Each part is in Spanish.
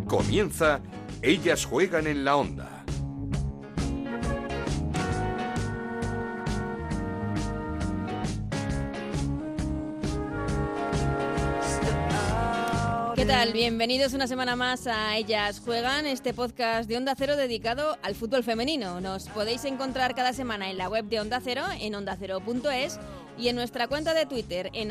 Comienza Ellas juegan en la Onda. ¿Qué tal? Bienvenidos una semana más a Ellas Juegan, este podcast de Onda Cero dedicado al fútbol femenino. Nos podéis encontrar cada semana en la web de Onda Cero, en ondacero.es, y en nuestra cuenta de Twitter, en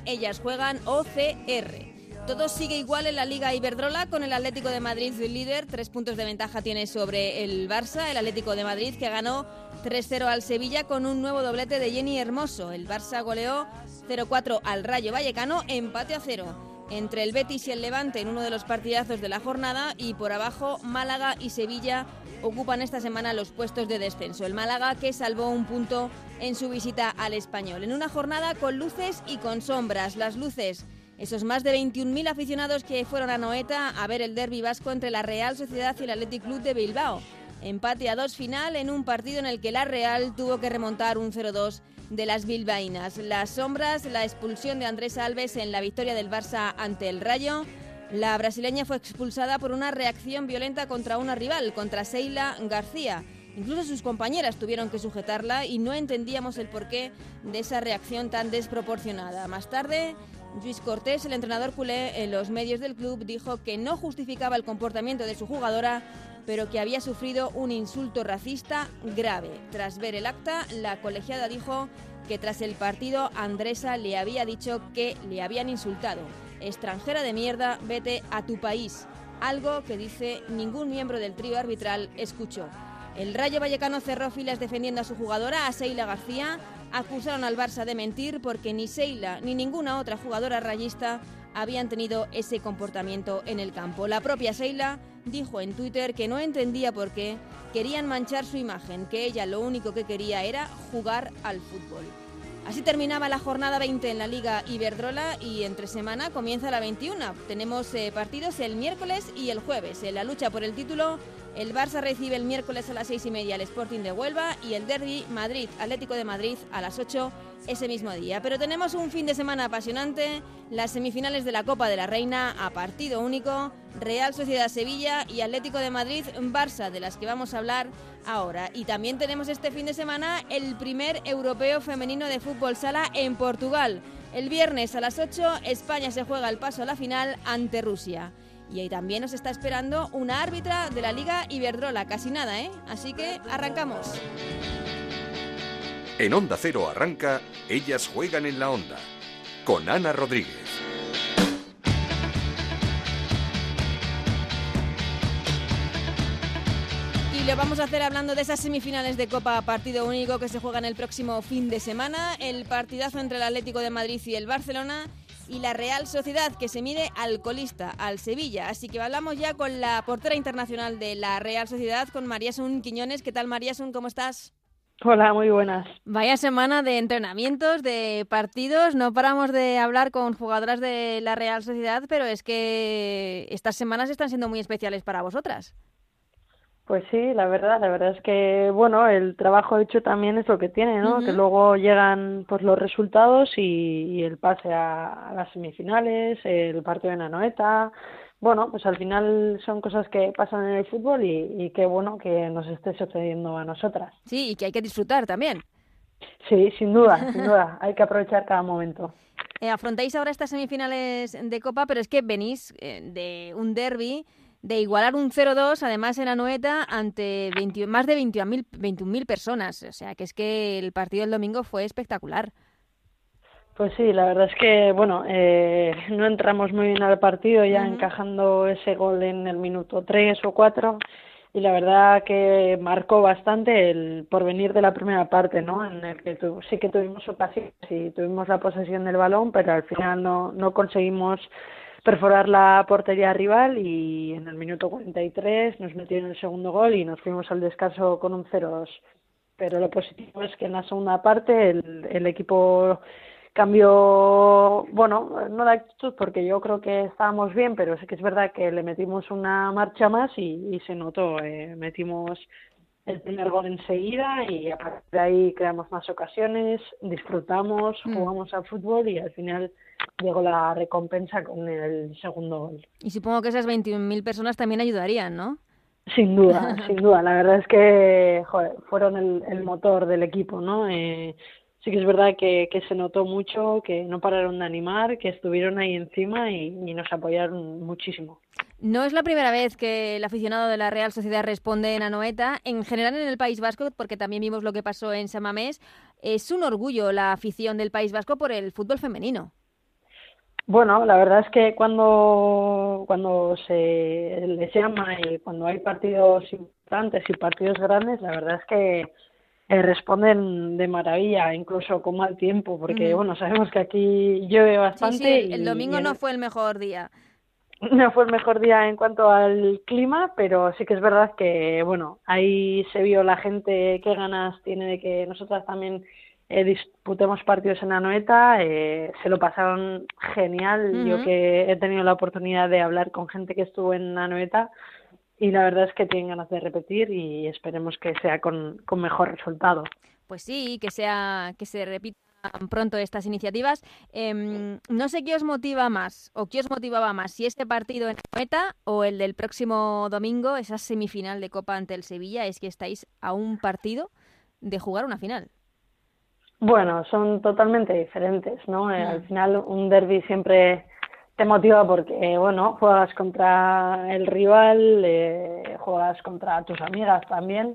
@ellasjueganocr. Todo sigue igual en la Liga Iberdrola, con el Atlético de Madrid líder. 3 puntos de ventaja tiene sobre el Barça, el Atlético de Madrid, que ganó 3-0 al Sevilla con un nuevo doblete de Jenny Hermoso. El Barça goleó 0-4 al Rayo Vallecano, empate a 0. Entre el Betis y el Levante en uno de los partidazos de la jornada, y por abajo Málaga y Sevilla ocupan esta semana los puestos de descenso. El Málaga, que salvó un punto en su visita al Español. En una jornada con luces y con sombras. Las luces: esos más de 21.000 aficionados que fueron a Anoeta a ver el derbi vasco entre la Real Sociedad y el Athletic Club de Bilbao. Empate a 2 final en un partido en el que la Real tuvo que remontar un 0-2 de las bilbaínas. Las sombras: la expulsión de Andrés Alves en la victoria del Barça ante el Rayo. La brasileña fue expulsada por una reacción violenta contra una rival, contra Sheila García. Incluso sus compañeras tuvieron que sujetarla y no entendíamos el porqué de esa reacción tan desproporcionada. Más tarde, Lluís Cortés, el entrenador culé, en los medios del club dijo que no justificaba el comportamiento de su jugadora, pero que había sufrido un insulto racista grave. Tras ver el acta, la colegiada dijo que tras el partido Andresa le había dicho que le habían insultado. Extranjera de mierda, vete a tu país. Algo que, dice, ningún miembro del trío arbitral escuchó. El Rayo Vallecano cerró filas defendiendo a su jugadora, a Sheila García. Acusaron al Barça de mentir porque ni Sheila ni ninguna otra jugadora rayista habían tenido ese comportamiento en el campo. La propia Sheila dijo en Twitter que no entendía por qué querían manchar su imagen, que ella lo único que quería era jugar al fútbol. Así terminaba la jornada 20 en la Liga Iberdrola, y entre semana comienza la 21. Tenemos partidos el miércoles y el jueves. En la lucha por el título, el Barça recibe el miércoles a las 6:30 al Sporting de Huelva, y el derbi Madrid-Atlético de Madrid a las 8 ese mismo día. Pero tenemos un fin de semana apasionante: las semifinales de la Copa de la Reina a partido único, Real Sociedad-Sevilla y Atlético de Madrid-Barça, de las que vamos a hablar ahora. Y también tenemos este fin de semana el primer europeo femenino de fútbol sala en Portugal. El viernes a las 8 España se juega el paso a la final ante Rusia. Y ahí también nos está esperando una árbitra de la Liga Iberdrola, casi nada, ¿eh? Así que arrancamos. En Onda Cero arranca Ellas juegan en la Onda, con Ana Rodríguez. Y lo vamos a hacer hablando de esas semifinales de Copa a partido único que se juegan el próximo fin de semana. El partidazo entre el Atlético de Madrid y el Barcelona, y la Real Sociedad, que se mide al colista, al Sevilla. Así que hablamos ya con la portera internacional de la Real Sociedad, con Mariasun Quiñones. ¿Qué tal, Mariasun? ¿Cómo estás? Hola, muy buenas. Vaya semana de entrenamientos, de partidos. No paramos de hablar con jugadoras de la Real Sociedad, pero es que estas semanas están siendo muy especiales para vosotras. Pues sí, la verdad es que, bueno, el trabajo hecho también es lo que tiene, ¿no? Uh-huh. Que luego llegan pues los resultados y el pase a las semifinales, el partido en Anoeta. Bueno, pues al final son cosas que pasan en el fútbol y qué bueno que nos esté sucediendo a nosotras. Sí, y que hay que disfrutar también. Sí, sin duda, hay que aprovechar cada momento. Afrontáis ahora estas semifinales de Copa, pero es que venís de un derbi, de igualar un 0-2, además en Anoeta, ante más de 21.000 personas. O sea, que es que el partido del domingo fue espectacular. Pues sí, la verdad es que, bueno, no entramos muy bien al partido, ya encajando ese gol en el minuto 3 o 4, y la verdad que marcó bastante el porvenir de la primera parte, ¿no? En el que sí que tuvimos ocasiones y tuvimos la posesión del balón, pero al final no conseguimos perforar la portería rival, y en el minuto 43 nos metieron el segundo gol y nos fuimos al descanso con un 0-2. Pero lo positivo es que en la segunda parte el equipo cambió, bueno, no la actitud, porque yo creo que estábamos bien, pero sí que es verdad que le metimos una marcha más y se notó. Metimos el primer gol enseguida y a partir de ahí creamos más ocasiones, disfrutamos, jugamos al fútbol y al final llegó la recompensa con el segundo gol. Y supongo que esas 21.000 personas también ayudarían, ¿no? Sin duda, sin duda. La verdad es que fueron el motor del equipo, ¿no? Sí que es verdad que se notó mucho, que no pararon de animar, que estuvieron ahí encima y nos apoyaron muchísimo. No es la primera vez que el aficionado de la Real Sociedad responde en Anoeta. En general en el País Vasco, porque también vimos lo que pasó en San Mamés, es un orgullo la afición del País Vasco por el fútbol femenino. Bueno, la verdad es que cuando se les llama y cuando hay partidos importantes y partidos grandes, la verdad es que responden de maravilla, incluso con mal tiempo, porque bueno, sabemos que aquí llueve bastante. Sí, el domingo no fue el mejor día. No fue el mejor día en cuanto al clima, pero sí que es verdad que, bueno, ahí se vio la gente qué ganas tiene de que nosotras también disputemos partidos en Anoeta, se lo pasaron genial. Yo que he tenido la oportunidad de hablar con gente que estuvo en Anoeta, y la verdad es que tienen ganas de repetir y esperemos que sea con mejor resultado. Pues sí, que se repitan pronto estas iniciativas. No sé qué os motiva más o qué os motivaba más, si este partido en Anoeta o el del próximo domingo, esa semifinal de Copa ante el Sevilla. Es que estáis a un partido de jugar una final. Bueno, son totalmente diferentes, ¿no? Al final un derbi siempre te motiva porque, bueno, juegas contra el rival, juegas contra tus amigas también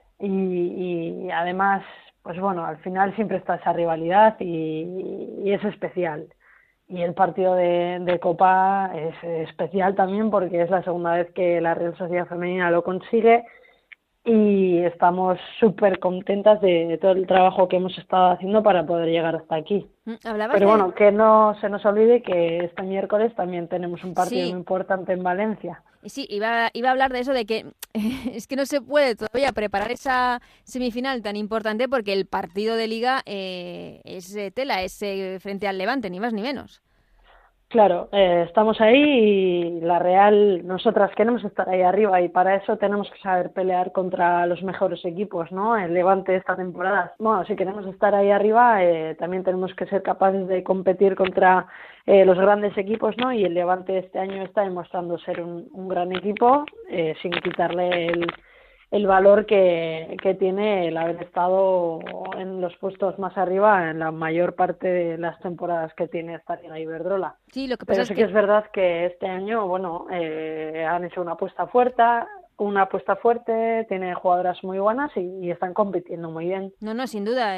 y además, pues bueno, al final siempre está esa rivalidad y es especial. Y el partido de Copa es especial también porque es la segunda vez que la Real Sociedad Femenina lo consigue y estamos súper contentas de todo el trabajo que hemos estado haciendo para poder llegar hasta aquí. Pero bueno, que no se nos olvide que este miércoles también tenemos un partido muy importante en Valencia. Sí, iba a hablar de eso, de que es que no se puede todavía preparar esa semifinal tan importante porque el partido de Liga es tela, es frente al Levante, ni más ni menos. Claro, estamos ahí y la Real, nosotras queremos estar ahí arriba y para eso tenemos que saber pelear contra los mejores equipos, ¿no? El Levante esta temporada, bueno, si queremos estar ahí arriba también tenemos que ser capaces de competir contra los grandes equipos, ¿no? Y el Levante este año está demostrando ser un gran equipo sin quitarle el valor que tiene el haber estado en los puestos más arriba en la mayor parte de las temporadas que tiene esta Liga Iberdrola. Sí, lo que pasa Pero sí que es verdad que este año, bueno, han hecho una apuesta fuerte, tienen jugadoras muy buenas y están compitiendo muy bien. No, sin duda.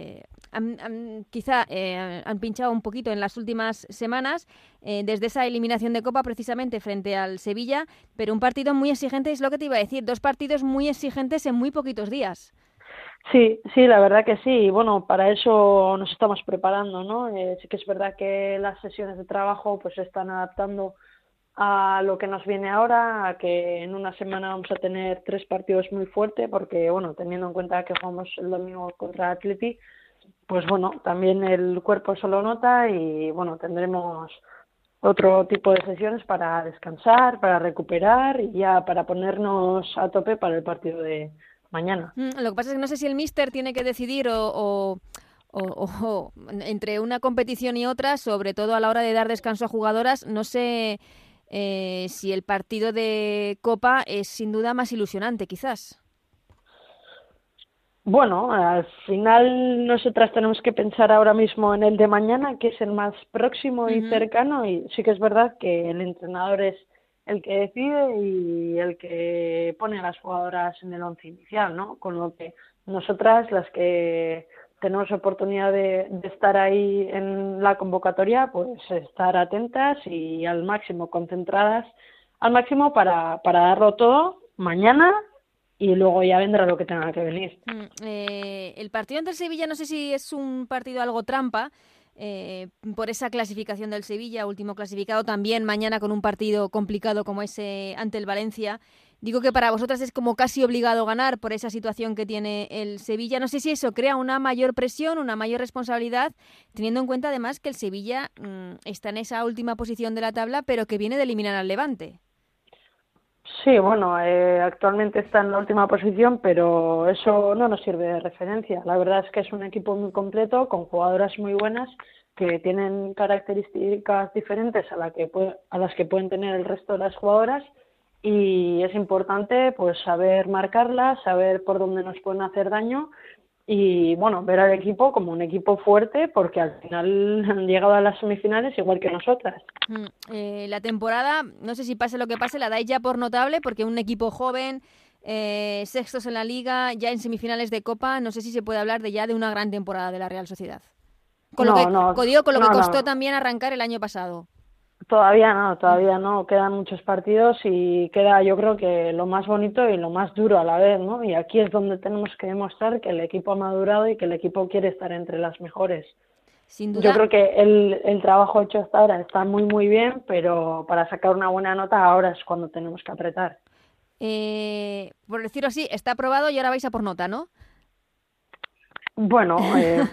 Quizá han pinchado un poquito en las últimas semanas desde esa eliminación de Copa precisamente frente al Sevilla, pero un partido muy exigente es lo que te iba a decir, 2 partidos muy exigentes en muy poquitos días. Sí, la verdad que sí. Y bueno, para eso nos estamos preparando, ¿no? Sí que es verdad que las sesiones de trabajo pues se están adaptando a lo que nos viene ahora, a que en una semana vamos a tener 3 partidos muy fuertes, porque bueno, teniendo en cuenta que jugamos el domingo contra Atleti, pues bueno, también el cuerpo eso lo nota y bueno, tendremos otro tipo de sesiones para descansar, para recuperar y ya para ponernos a tope para el partido de mañana. Lo que pasa es que no sé si el míster tiene que decidir o entre una competición y otra, sobre todo a la hora de dar descanso a jugadoras. No sé si el partido de Copa es sin duda más ilusionante, quizás. Bueno, al final nosotras tenemos que pensar ahora mismo en el de mañana, que es el más próximo y cercano, y sí que es verdad que el entrenador es el que decide y el que pone a las jugadoras en el once inicial, ¿no? Con lo que nosotras, las que tenemos oportunidad de estar ahí en la convocatoria, pues estar atentas y al máximo, concentradas al máximo para darlo todo mañana y luego ya vendrá lo que tenga que venir. El partido ante el Sevilla no sé si es un partido algo trampa, por esa clasificación del Sevilla, último clasificado, también mañana con un partido complicado como ese ante el Valencia. Digo que para vosotras es como casi obligado ganar por esa situación que tiene el Sevilla. No sé si eso crea una mayor presión, una mayor responsabilidad, teniendo en cuenta además que el Sevilla está en esa última posición de la tabla, pero que viene de eliminar al Levante. Sí, bueno, actualmente está en la última posición, pero eso no nos sirve de referencia. La verdad es que es un equipo muy completo, con jugadoras muy buenas, que tienen características diferentes a las que pueden tener el resto de las jugadoras, y es importante pues saber marcarlas, saber por dónde nos pueden hacer daño y bueno, ver al equipo como un equipo fuerte, porque al final han llegado a las semifinales igual que nosotras. La temporada, no sé si pase lo que pase, la dais ya por notable, porque un equipo joven, sextos en la Liga, ya en semifinales de Copa, no sé si se puede hablar de ya de una gran temporada de la Real Sociedad. Con lo que costó también arrancar el año pasado. Todavía no, quedan muchos partidos y queda, yo creo, que lo más bonito y lo más duro a la vez, ¿no? Y aquí es donde tenemos que demostrar que el equipo ha madurado y que el equipo quiere estar entre las mejores. Sin duda. Yo creo que el trabajo hecho hasta ahora está muy muy bien, pero para sacar una buena nota ahora es cuando tenemos que apretar. Por decirlo así, está aprobado y ahora vais a por nota, ¿no? Bueno,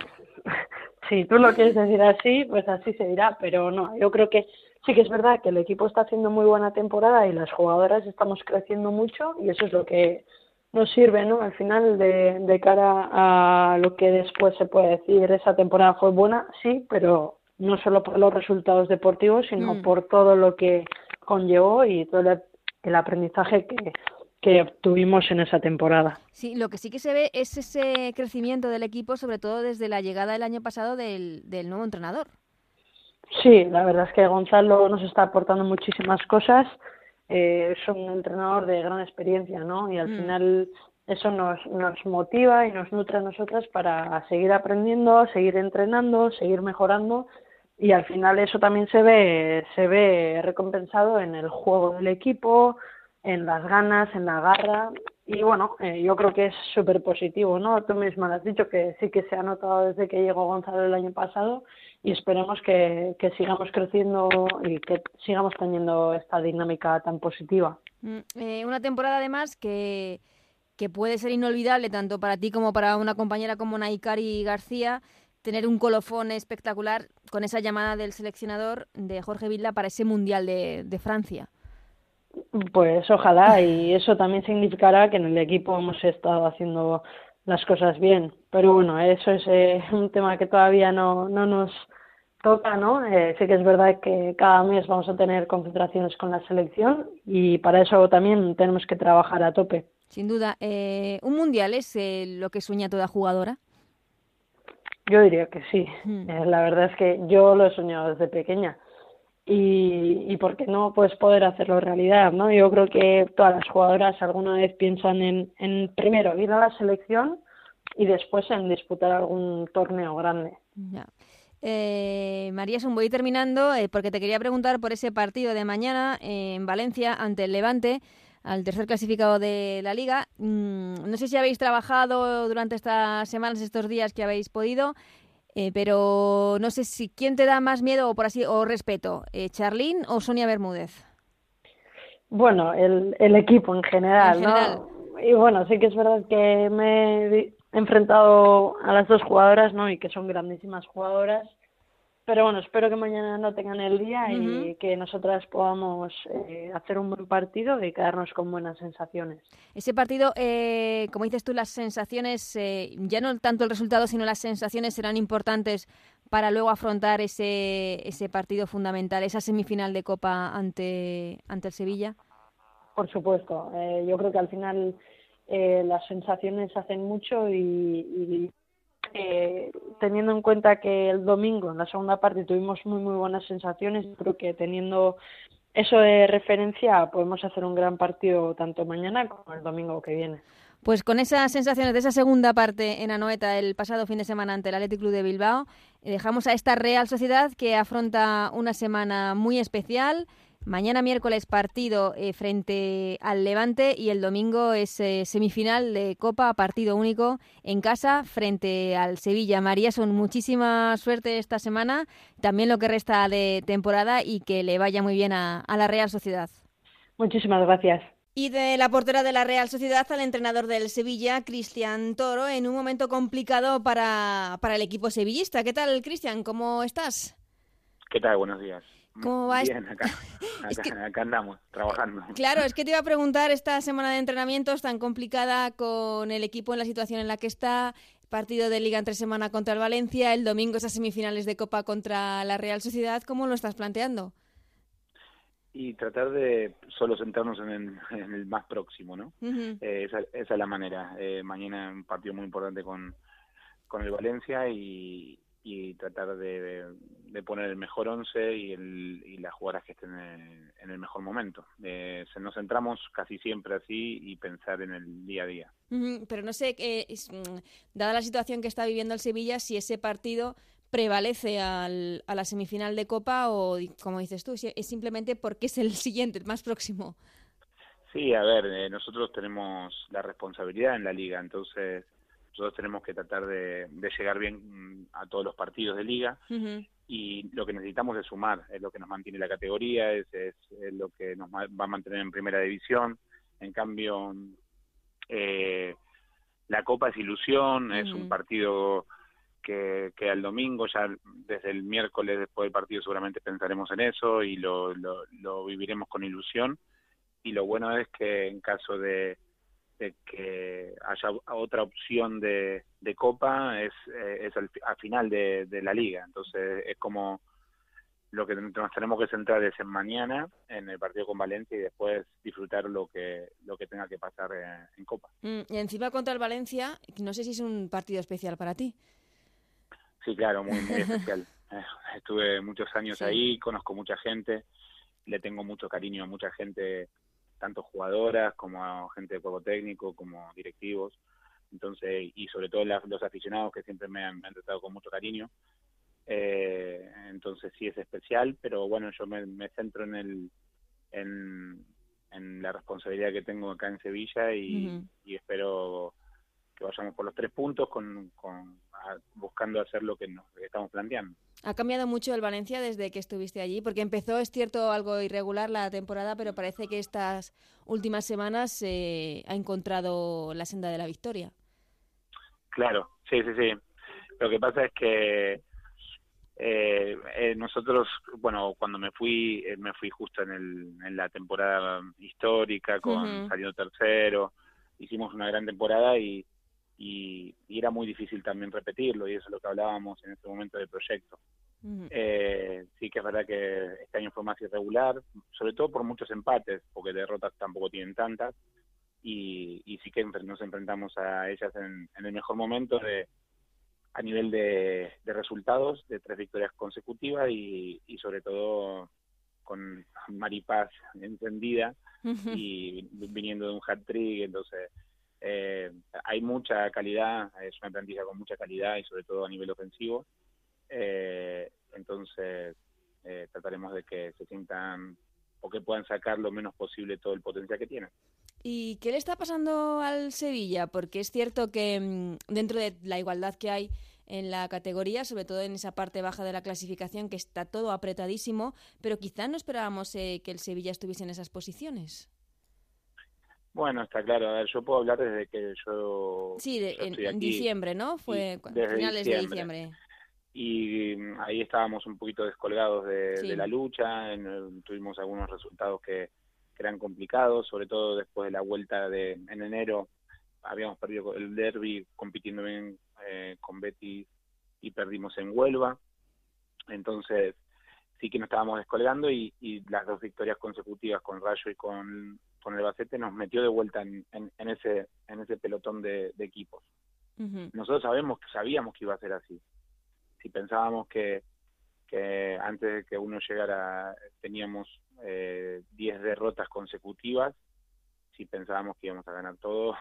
si tú lo quieres decir así, pues así se dirá, pero no, yo creo que sí que es verdad que el equipo está haciendo muy buena temporada y las jugadoras estamos creciendo mucho y eso es lo que nos sirve, ¿no? Al final, de cara a lo que después se puede decir, esa temporada fue buena, sí, pero no solo por los resultados deportivos, sino por todo lo que conllevó y todo el aprendizaje que obtuvimos en esa temporada. Sí, lo que sí que se ve es ese crecimiento del equipo, sobre todo desde la llegada el año pasado del nuevo entrenador. Sí, la verdad es que Gonzalo nos está aportando muchísimas cosas. Es un entrenador de gran experiencia, ¿no? Y al final eso nos motiva y nos nutre a nosotras para seguir aprendiendo, seguir entrenando, seguir mejorando, y al final eso también se ve recompensado en el juego del equipo, en las ganas, en la garra, y bueno, yo creo que es súper positivo, ¿no? Tú misma lo has dicho, que sí que se ha notado desde que llegó Gonzalo el año pasado, y esperemos que sigamos creciendo y que sigamos teniendo esta dinámica tan positiva. Una temporada además que puede ser inolvidable tanto para ti como para una compañera como Naikari García, tener un colofón espectacular con esa llamada del seleccionador de Jorge Vilda para ese Mundial de Francia. Pues ojalá, y eso también significará que en el equipo hemos estado haciendo las cosas bien. Pero bueno, eso es un tema que todavía no nos toca, ¿no? Sí que es verdad que cada mes vamos a tener concentraciones con la selección y para eso también tenemos que trabajar a tope. Sin duda. ¿Un mundial es lo que sueña toda jugadora? Yo diría que sí. La verdad es que yo lo he soñado desde pequeña. Y por qué no pues poder hacerlo realidad, ¿no? Yo creo que todas las jugadoras alguna vez piensan en primero ir a la selección y después en disputar algún torneo grande. Ya. María Son, voy terminando porque te quería preguntar por ese partido de mañana en Valencia ante el Levante, al tercer clasificado de la Liga. No sé si habéis trabajado durante estas semanas, estos días que habéis podido, pero no sé si quién te da más miedo o respeto, Charlín o Sonia Bermúdez. Bueno, el equipo en general, ¿no? Y bueno, sí que es verdad que me he enfrentado a las dos jugadoras, ¿no? Y que son grandísimas jugadoras. Pero bueno, espero que mañana no tengan el día y que nosotras podamos hacer un buen partido y quedarnos con buenas sensaciones. Ese partido, como dices tú, las sensaciones, ya no tanto el resultado, sino las sensaciones serán importantes para luego afrontar ese partido fundamental, esa semifinal de Copa ante el Sevilla. Por supuesto. Yo creo que al final las sensaciones hacen mucho y teniendo en cuenta que el domingo en la segunda parte tuvimos muy muy buenas sensaciones, creo que teniendo eso de referencia podemos hacer un gran partido tanto mañana como el domingo que viene. Pues con esas sensaciones de esa segunda parte en Anoeta el pasado fin de semana ante el Athletic Club de Bilbao, dejamos a esta Real Sociedad que afronta una semana muy especial. Mañana miércoles partido frente al Levante y el domingo es semifinal de Copa, partido único en casa frente al Sevilla. María Son, muchísima suerte esta semana, también lo que resta de temporada, y que le vaya muy bien a la Real Sociedad. Muchísimas gracias. Y de la portera de la Real Sociedad al entrenador del Sevilla, Cristian Toro, en un momento complicado para el equipo sevillista. ¿Qué tal, Cristian? ¿Cómo estás? ¿Qué tal? Buenos días. ¿Cómo va? Bien, acá, Es que, acá andamos, trabajando. claro, es que te iba a preguntar, esta semana de entrenamientos tan complicada con el equipo en la situación en la que está, partido de Liga entre semana contra el Valencia, el domingo esas semifinales de Copa contra la Real Sociedad, ¿cómo lo estás planteando? Y tratar de solo centrarnos en el más próximo, ¿no? Uh-huh. Esa es la manera. Mañana un partido muy importante con el Valencia y tratar de poner el mejor 11 y las jugadoras que estén en el mejor momento. Nos centramos casi siempre así y pensar en el día a día. Uh-huh. Pero no sé, dada la situación que está viviendo el Sevilla, si ese partido prevalece a la semifinal de Copa o, como dices tú, si es simplemente porque es el siguiente, el más próximo. Sí, a ver, nosotros tenemos la responsabilidad en la Liga, entonces nosotros tenemos que tratar de llegar bien a todos los partidos de Liga. Uh-huh. Y lo que necesitamos es sumar, es lo que nos mantiene la categoría, es lo que nos va a mantener en primera división. En cambio, la Copa es ilusión, uh-huh. Es un partido que el domingo, ya desde el miércoles después del partido seguramente pensaremos en eso y lo viviremos con ilusión. Y lo bueno es que en caso de que haya otra opción de Copa es al final de la Liga. Entonces es como lo que nos tenemos que centrar es en mañana, en el partido con Valencia, y después disfrutar lo que tenga que pasar en Copa. Y encima contra el Valencia, no sé si es un partido especial para ti. Sí, claro, muy, muy especial. Estuve muchos años ahí, conozco mucha gente, le tengo mucho cariño a mucha gente, tanto jugadoras como a gente de cuerpo técnico, como directivos, entonces, y sobre todo los aficionados que siempre me han tratado con mucho cariño. Entonces sí es especial, pero bueno, yo me centro en la responsabilidad que tengo acá en Sevilla y espero que vayamos por los 3 puntos buscando hacer lo que nos estamos planteando. ¿Ha cambiado mucho el Valencia desde que estuviste allí? Porque empezó, es cierto, algo irregular la temporada, pero parece que estas últimas semanas ha encontrado la senda de la victoria. Claro, sí. Lo que pasa es que nosotros, bueno, cuando me fui justo en la temporada histórica, saliendo tercero, hicimos una gran temporada y era muy difícil también repetirlo, y eso es lo que hablábamos en ese momento del proyecto. Sí que es verdad que este año fue más irregular, sobre todo por muchos empates, porque derrotas tampoco tienen tantas, y sí que nos enfrentamos a ellas en el mejor momento a nivel de resultados, de 3 victorias consecutivas y sobre todo con Maripaz encendida y viniendo de un hat-trick. Entonces hay mucha calidad, es una plantilla con mucha calidad y sobre todo a nivel ofensivo. Entonces trataremos de que se sientan o que puedan sacar lo menos posible todo el potencial que tienen. ¿Y qué le está pasando al Sevilla? Porque es cierto que dentro de la igualdad que hay en la categoría, sobre todo en esa parte baja de la clasificación, que está todo apretadísimo, pero quizá no esperábamos que el Sevilla estuviese en esas posiciones. Bueno, está claro. A ver, yo puedo hablar desde que yo estoy en aquí. diciembre, ¿no? Fue Desde finales de diciembre. Y ahí estábamos un poquito descolgados de la lucha, tuvimos algunos resultados que eran complicados, sobre todo después de la vuelta en enero. Habíamos perdido el derbi compitiendo bien con Betis y perdimos en Huelva. Entonces sí que nos estábamos descolgando y las 2 victorias consecutivas con Rayo y con el Albacete nos metió de vuelta en ese pelotón de equipos. Nosotros sabíamos que iba a ser así. Si pensábamos que antes de que uno llegara teníamos 10 derrotas consecutivas, si pensábamos que íbamos a ganar todo,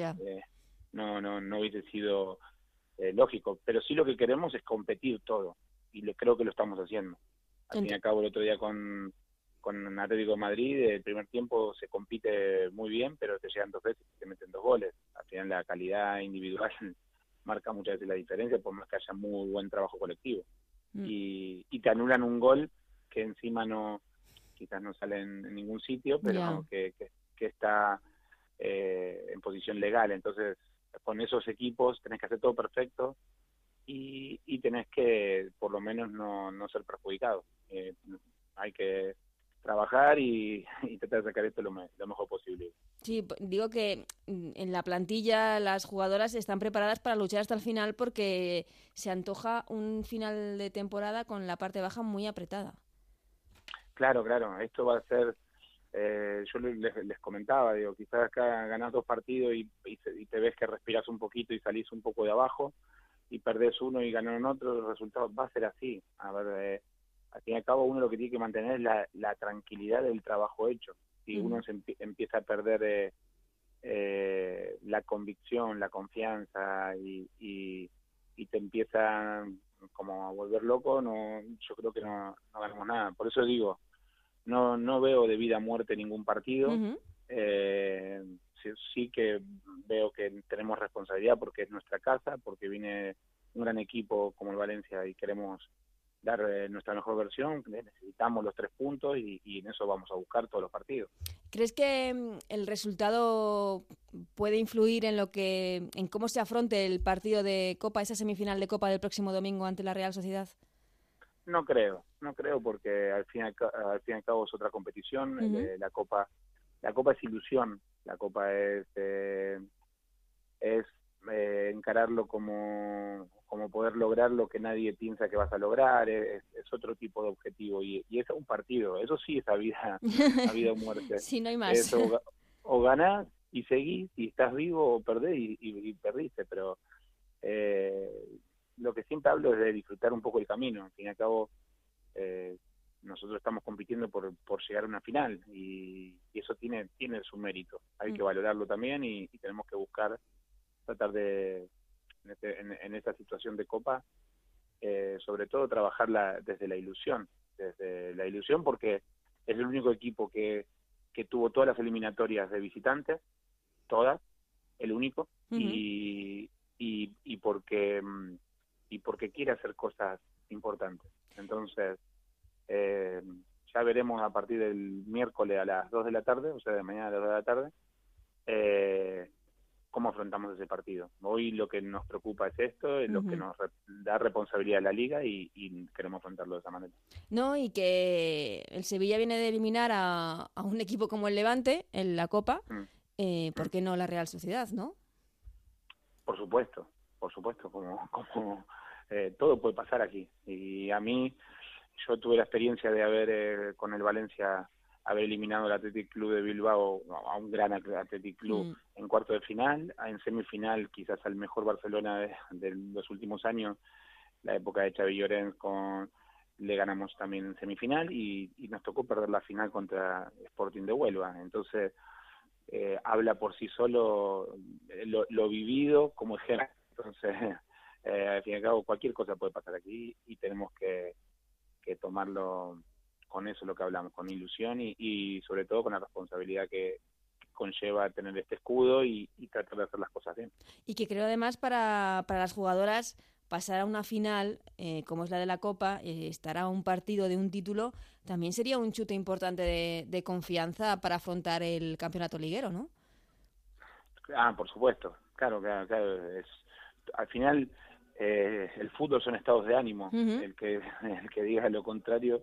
no hubiese sido lógico. Pero sí lo que queremos es competir todo, y creo que lo estamos haciendo. Al fin y al cabo, el otro día con Atlético de Madrid, el primer tiempo se compite muy bien, pero te llegan 2 veces y te meten 2 goles. Al final la calidad individual marca muchas veces la diferencia, por más que haya muy buen trabajo colectivo. Y te anulan un gol que encima quizás no sale en ningún sitio, pero que está en posición legal. Entonces, con esos equipos tenés que hacer todo perfecto y tenés que, por lo menos, no ser perjudicado. hay que trabajar y tratar de sacar esto lo mejor posible. Sí, digo que en la plantilla las jugadoras están preparadas para luchar hasta el final porque se antoja un final de temporada con la parte baja muy apretada. Claro, esto va a ser, yo les comentaba, digo, quizás acá ganás 2 partidos y te ves que respiras un poquito y salís un poco de abajo y perdés uno y ganaron otro, el resultado va a ser así. A ver, al fin y al cabo uno lo que tiene que mantener es la tranquilidad del trabajo hecho. Si uno se empieza a perder la convicción, la confianza y te empieza como a volver loco, yo creo que no ganamos nada. Por eso digo, no veo de vida a muerte ningún partido. Sí que veo que tenemos responsabilidad porque es nuestra casa, porque viene un gran equipo como el Valencia y queremos dar nuestra mejor versión, necesitamos los 3 puntos y en eso vamos a buscar todos los partidos. ¿Crees que el resultado puede influir en cómo se afronte el partido de Copa, esa semifinal de Copa del próximo domingo ante la Real Sociedad? No creo porque al fin y al cabo es otra competición. La Copa es ilusión, la Copa es encararlo como poder lograr lo que nadie piensa que vas a lograr, es otro tipo de objetivo y es un partido, eso sí es a vida o muerte. Sí, no hay más. O ganás y seguís y estás vivo o perdés y perdiste, pero lo que siempre hablo es de disfrutar un poco el camino. Al fin y al cabo nosotros estamos compitiendo por llegar a una final y eso tiene su mérito, hay que valorarlo también y tenemos que buscar tratar de en esta situación de Copa sobre todo trabajarla desde la ilusión porque es el único equipo que tuvo todas las eliminatorias de visitantes, todas, el único, y porque quiere hacer cosas importantes. Entonces ya veremos a partir del miércoles a las 2 de la tarde, o sea, de mañana a las 2 de la tarde, cómo afrontamos ese partido. Hoy lo que nos preocupa es esto, es lo que nos da responsabilidad a la Liga y queremos afrontarlo de esa manera. No, y que el Sevilla viene de eliminar a un equipo como el Levante en la Copa, ¿por qué no la Real Sociedad, no? Por supuesto, como todo puede pasar aquí. Y a mí, yo tuve la experiencia de haber, con el Valencia, haber eliminado al Athletic Club de Bilbao, a un gran Athletic Club, en cuarto de final, en semifinal quizás al mejor Barcelona de los últimos años, la época de Xavi Llorens, le ganamos también en semifinal y nos tocó perder la final contra Sporting de Huelva. Entonces habla por sí solo lo vivido como ejemplo. Entonces al fin y al cabo cualquier cosa puede pasar aquí y tenemos que tomarlo con eso, lo que hablamos, con ilusión y sobre todo con la responsabilidad que conlleva tener este escudo y tratar de hacer las cosas bien. Y que creo además para las jugadoras pasar a una final como es la de la Copa, estar a un partido de un título, también sería un chute importante de confianza para afrontar el campeonato liguero, ¿no? Por supuesto, claro. Al final el fútbol son estados de ánimo, el que diga lo contrario,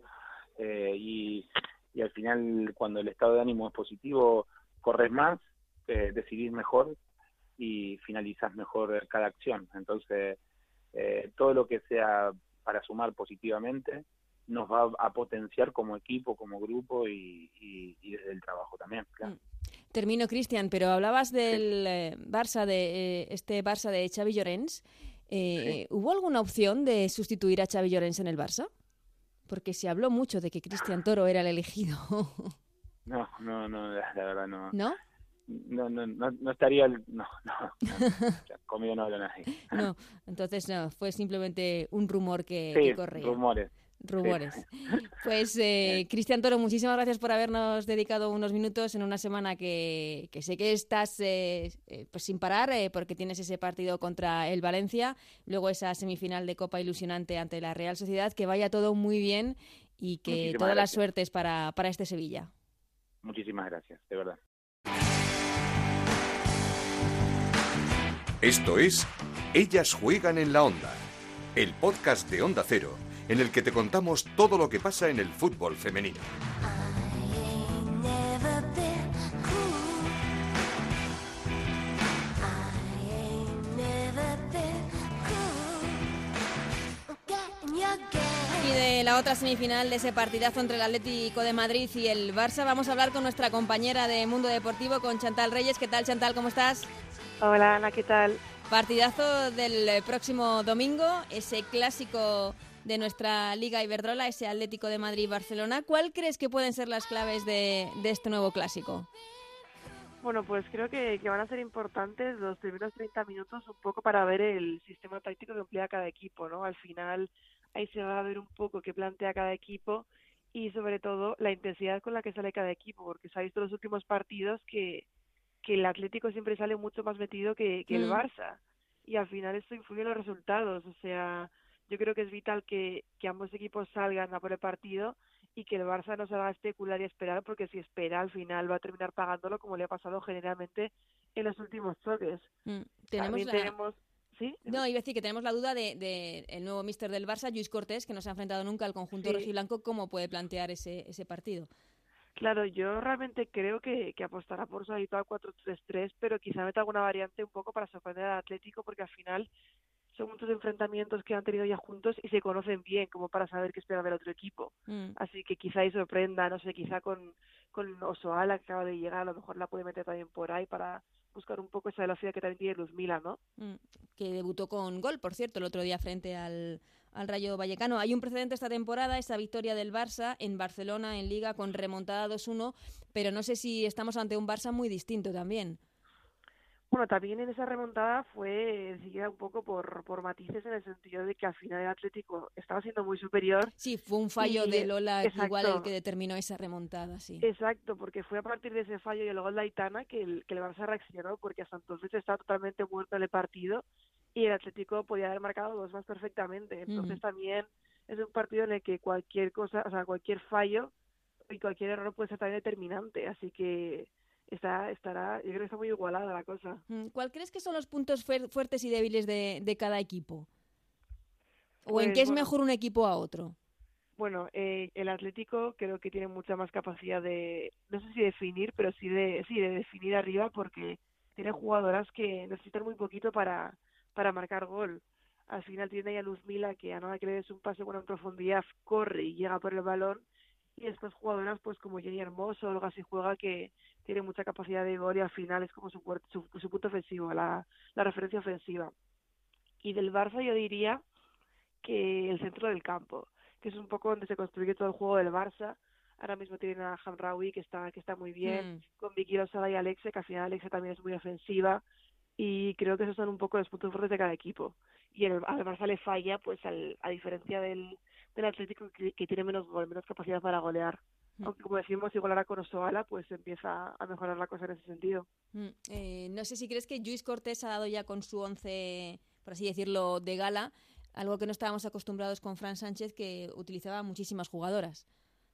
y al final cuando el estado de ánimo es positivo, corres más, decidís mejor y finalizás mejor cada acción. Entonces todo lo que sea para sumar positivamente nos va a potenciar como equipo, como grupo y desde el trabajo también, claro. Termino, Cristian, pero hablabas del Barça, de este Barça de Xavi Llorens. ¿Hubo alguna opción de sustituir a Xavi Llorens en el Barça? Porque se habló mucho de que Cristian Toro era el elegido. No, la verdad no. ¿No? No estaría... No. Conmigo no habla nadie. No, entonces no, fue simplemente un rumor que corría. Rumores. Sí. Pues Cristian Toro, muchísimas gracias por habernos dedicado unos minutos en una semana que sé que estás pues sin parar porque tienes ese partido contra el Valencia, luego esa semifinal de Copa ilusionante ante la Real Sociedad. Que vaya todo muy bien y que muchísimas todas gracias. Las suertes para este Sevilla. Muchísimas gracias, de verdad. Esto es Ellas juegan en la Onda, el podcast de Onda Cero, en el que te contamos todo lo que pasa en el fútbol femenino. Y de la otra semifinal de ese partidazo entre el Atlético de Madrid y el Barça vamos a hablar con nuestra compañera de Mundo Deportivo, con Chantal Reyes. ¿Qué tal, Chantal? ¿Cómo estás? Hola, Ana, ¿qué tal? Partidazo del próximo domingo, ese clásico de nuestra Liga Iberdrola, ese Atlético de Madrid-Barcelona. ¿Cuál crees que pueden ser las claves de este nuevo clásico? Bueno, pues creo que van a ser importantes los primeros 30 minutos un poco para ver el sistema táctico que emplea cada equipo, ¿no? Al final ahí se va a ver un poco qué plantea cada equipo y sobre todo la intensidad con la que sale cada equipo, porque se ha visto en los últimos partidos que el Atlético siempre sale mucho más metido que el Barça y al final esto influye en los resultados. O sea, yo creo que es vital que ambos equipos salgan a por el partido y que el Barça no se haga especular y esperar, porque si espera al final va a terminar pagándolo, como le ha pasado generalmente en los últimos choques. Tenemos ¿sí? No, iba a decir que tenemos la duda de el nuevo míster del Barça, Lluís Cortés, que no se ha enfrentado nunca al conjunto rojiblanco. ¿Cómo puede plantear ese partido? Claro, yo realmente creo que apostará por su habitual 4-3-3, pero quizá meta alguna variante un poco para sorprender al Atlético, porque al final son muchos enfrentamientos que han tenido ya juntos y se conocen bien, como para saber qué espera del otro equipo. Así que quizá ahí sorprenda, no sé, quizá con Osoala, que acaba de llegar, a lo mejor la puede meter también por ahí para buscar un poco esa velocidad que también tiene Luzmila, ¿no? Que debutó con gol, por cierto, el otro día frente al Rayo Vallecano. Hay un precedente esta temporada, esa victoria del Barça en Barcelona en Liga con remontada 2-1, pero no sé si estamos ante un Barça muy distinto también. Bueno, también en esa remontada fue decidida un poco por matices, en el sentido de que al final el Atlético estaba siendo muy superior. Sí, fue un fallo de Lola igual el que determinó esa remontada, sí. Exacto, porque fue a partir de ese fallo y el gol de Aitana que el Barça reaccionó, porque hasta entonces estaba totalmente muerto en el partido y el Atlético podía haber marcado 2 más perfectamente. Entonces también es un partido en el que cualquier cosa, o sea, cualquier fallo y cualquier error puede ser también determinante, así que estará, yo creo que está muy igualada la cosa. ¿Cuál crees que son los puntos fuertes y débiles de cada equipo? ¿O pues, en qué es mejor un equipo a otro? Bueno, el Atlético creo que tiene mucha más capacidad de, no sé si definir, pero sí de definir arriba, porque tiene jugadoras que necesitan muy poquito para marcar gol. Al final tiene ahí a Luzmila, que a nada que le des un pase bueno en profundidad, corre y llega por el balón. Y estas jugadoras, pues como Jenny Hermoso, Olga Sijuega, que tiene mucha capacidad de gol y al final es como su punto ofensivo, la referencia ofensiva. Y del Barça yo diría que el centro del campo, que es un poco donde se construye todo el juego del Barça. Ahora mismo tienen a Hamraoui, que está muy bien, con Vicky Losada y Alexia, que al final Alexia también es muy ofensiva, y creo que esos son un poco los puntos fuertes de cada equipo. Y al Barça le falla, pues a diferencia del Atlético, que tiene menos capacidad para golear. Aunque, como decimos, igual ahora con Osoala, pues empieza a mejorar la cosa en ese sentido. No sé si crees que Lluís Cortés ha dado ya con su 11, por así decirlo, de gala, algo que no estábamos acostumbrados con Fran Sánchez, que utilizaba muchísimas jugadoras.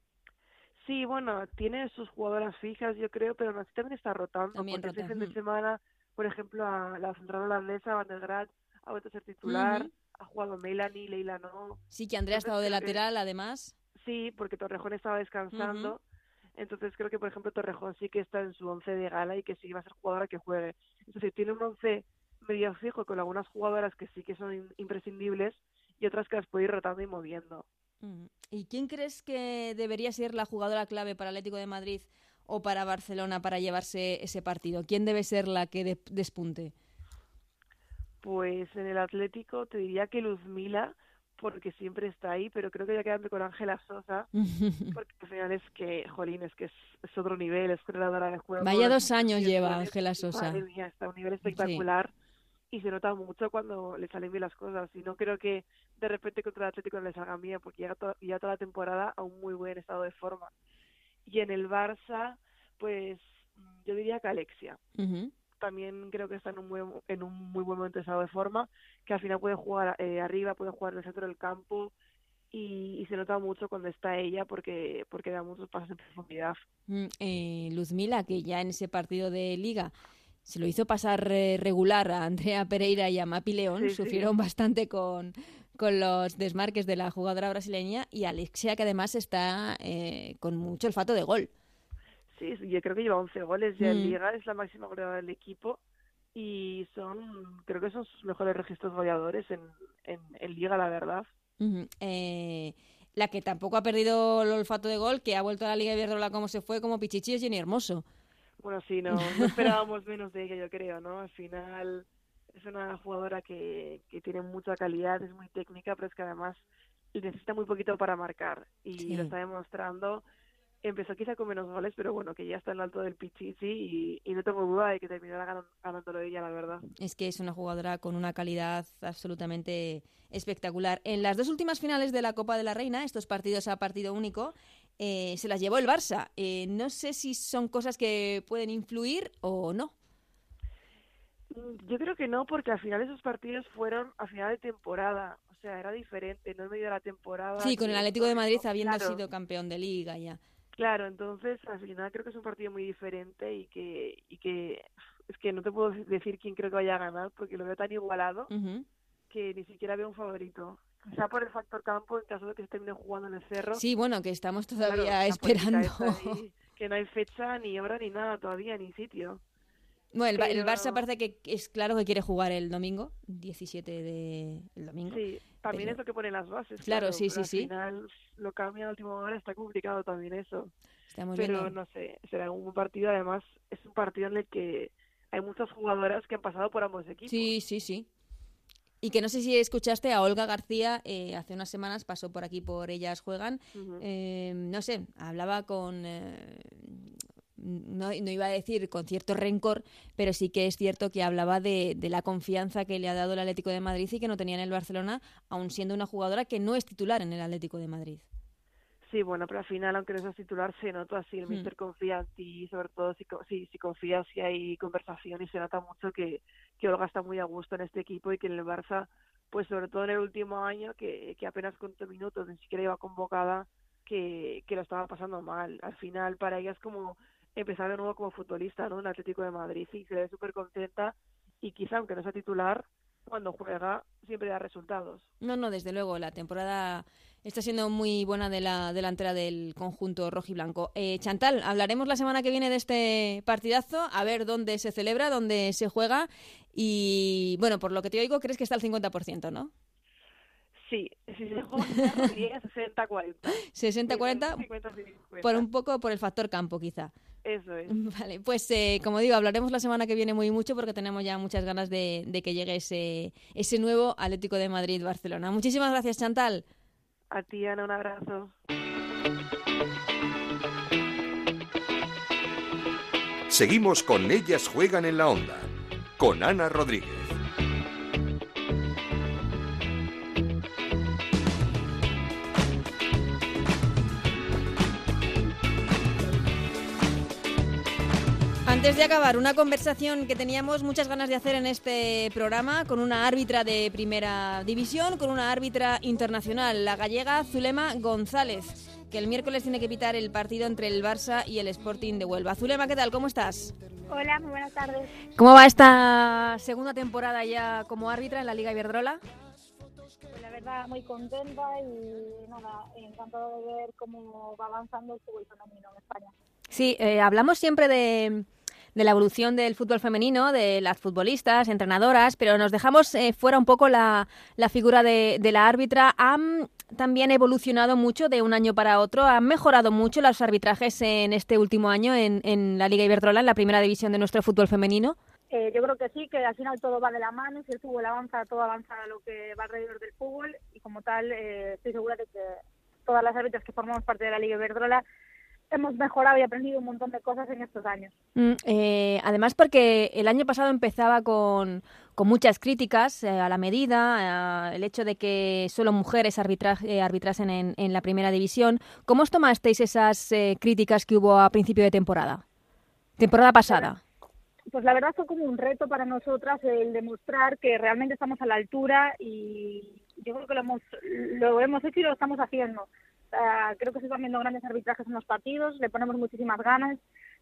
Sí, bueno, tiene sus jugadoras fijas, yo creo, pero no, también está rotando. También porque este fin de semana, por ejemplo, a la central holandesa, Van der Graat, ha vuelto a ser titular, ha jugado Melanie, Leila no. Sí, que Andrea ha estado de lateral, además. Sí, porque Torrejón estaba descansando. Entonces creo que, por ejemplo, Torrejón sí que está en su 11 de gala y que sí va a ser jugadora que juegue. Es decir, tiene un 11 medio fijo con algunas jugadoras que sí que son imprescindibles y otras que las puede ir rotando y moviendo. ¿Y quién crees que debería ser la jugadora clave para Atlético de Madrid o para Barcelona para llevarse ese partido? ¿Quién debe ser la que despunte? Pues en el Atlético te diría que Luzmila, porque siempre está ahí, pero creo que ya quedando con Ángela Sosa, porque al final es que, jolín, es que es otro nivel, es creadora de juego. Vaya 2 años lleva Ángela Sosa. Madre mía, está a un nivel espectacular y se nota mucho cuando le salen bien las cosas. Y no creo que de repente contra el Atlético no le salgan bien, porque llega toda la temporada a un muy buen estado de forma. Y en el Barça, pues yo diría que Alexia. También creo que está en un muy buen momento de estado de forma, que al final puede jugar arriba, puede jugar en el centro del campo y se nota mucho cuando está ella porque da muchos pasos en profundidad. Luzmila, que ya en ese partido de Liga se lo hizo pasar regular a Andrea Pereira y a Mapi León, sufrieron bastante con con los desmarques de la jugadora brasileña, y Alexia, que además está con mucho olfato de gol. Sí, yo creo que lleva 11 goles ya en Liga, es la máxima goleadora del equipo y creo que son sus mejores registros goleadores en Liga, la verdad. La que tampoco ha perdido el olfato de gol, que ha vuelto a la Liga Iberdrola como se fue, como Pichichi, es Jenny Hermoso. Bueno, sí, no esperábamos menos de ella, yo creo, ¿no? Al final es una jugadora que tiene mucha calidad, es muy técnica, pero es que además necesita muy poquito para marcar y lo está demostrando. Empezó quizá con menos goles, pero bueno, que ya está en lo alto del Pichichi y no tengo duda de que terminará ganándolo ella, la verdad. Es que es una jugadora con una calidad absolutamente espectacular. En las 2 últimas finales de la Copa de la Reina, estos partidos a partido único, se las llevó el Barça. No sé si son cosas que pueden influir o no. Yo creo que no, porque al final esos partidos fueron a final de temporada. O sea, era diferente, no en medio de la temporada. Sí, con el Atlético de Madrid habiendo sido campeón de Liga ya. Claro, entonces al final creo que es un partido muy diferente y que es que no te puedo decir quién creo que vaya a ganar porque lo veo tan igualado que ni siquiera veo un favorito. Quizá por el factor campo en caso de que se termine jugando en el Cerro. Sí, bueno, que estamos todavía esperando. Que no hay fecha, ni hora, ni nada todavía, ni sitio. Bueno, el Barça parece que es claro que quiere jugar el domingo, 17 de el domingo. Sí, también es lo que ponen las bases. Claro, sí. Al final lo cambian a última hora, está complicado también eso. Estamos pero viendo. No sé, será un partido, además es un partido en el que hay muchas jugadoras que han pasado por ambos equipos. Sí. Y que no sé si escuchaste a Olga García, hace unas semanas pasó por aquí por Ellas Juegan. No sé, hablaba con... No iba a decir con cierto rencor, pero sí que es cierto que hablaba de la confianza que le ha dado el Atlético de Madrid y que no tenía en el Barcelona, aun siendo una jugadora que no es titular en el Atlético de Madrid. Sí, bueno, pero al final, aunque no seas titular, se nota así, el míster confía en ti, sobre todo si confías, si hay conversación, y se nota mucho que Olga está muy a gusto en este equipo y que en el Barça, pues sobre todo en el último año, que apenas contó minutos, ni siquiera iba convocada, que lo estaba pasando mal. Al final, para ella es como empezar de nuevo como futbolista, ¿no? En el Atlético de Madrid, y se ve súper contenta, y quizá aunque no sea titular, cuando juega siempre da resultados. No, desde luego, la temporada está siendo muy buena de la delantera del conjunto rojiblanco. Chantal, hablaremos la semana que viene de este partidazo, a ver dónde se celebra, dónde se juega, y bueno, por lo que te oigo, crees que está al 50%, ¿no? Sí, si se juega 60-40. 60-40, por un poco por el factor campo, quizá. Eso es. Vale, pues como digo, hablaremos la semana que viene muy mucho porque tenemos ya muchas ganas de que llegue ese nuevo Atlético de Madrid-Barcelona. Muchísimas gracias, Chantal. A ti, Ana, un abrazo. Seguimos con Ellas Juegan en la Onda, con Ana Rodríguez. Antes de acabar, una conversación que teníamos muchas ganas de hacer en este programa con una árbitra de primera división, con una árbitra internacional, la gallega Zulema González, que el miércoles tiene que pitar el partido entre el Barça y el Sporting de Huelva. Zulema, ¿qué tal? ¿Cómo estás? Hola, muy buenas tardes. ¿Cómo va esta segunda temporada ya como árbitra en la Liga Iberdrola? Pues la verdad, muy contenta y nada, encantada de ver cómo va avanzando el fútbol femenino en España. Sí, hablamos siempre de la evolución del fútbol femenino, de las futbolistas, entrenadoras, pero nos dejamos fuera un poco la figura de la árbitra. Han también evolucionado mucho de un año para otro, han mejorado mucho los arbitrajes en este último año en la Liga Iberdrola, en la primera división de nuestro fútbol femenino. Yo creo que sí, que al final todo va de la mano, si el fútbol avanza, todo avanza a lo que va alrededor del fútbol, y como tal estoy segura de que todas las árbitras que formamos parte de la Liga Iberdrola hemos mejorado y aprendido un montón de cosas en estos años. Además, porque el año pasado empezaba con muchas críticas a la medida, el hecho de que solo mujeres arbitrasen en la primera división. ¿Cómo os tomasteis esas críticas que hubo a principio de temporada pasada? Pues la verdad fue como un reto para nosotras el demostrar que realmente estamos a la altura, y yo creo que lo hemos hecho y lo estamos haciendo. Creo que se están viendo grandes arbitrajes en los partidos, le ponemos muchísimas ganas,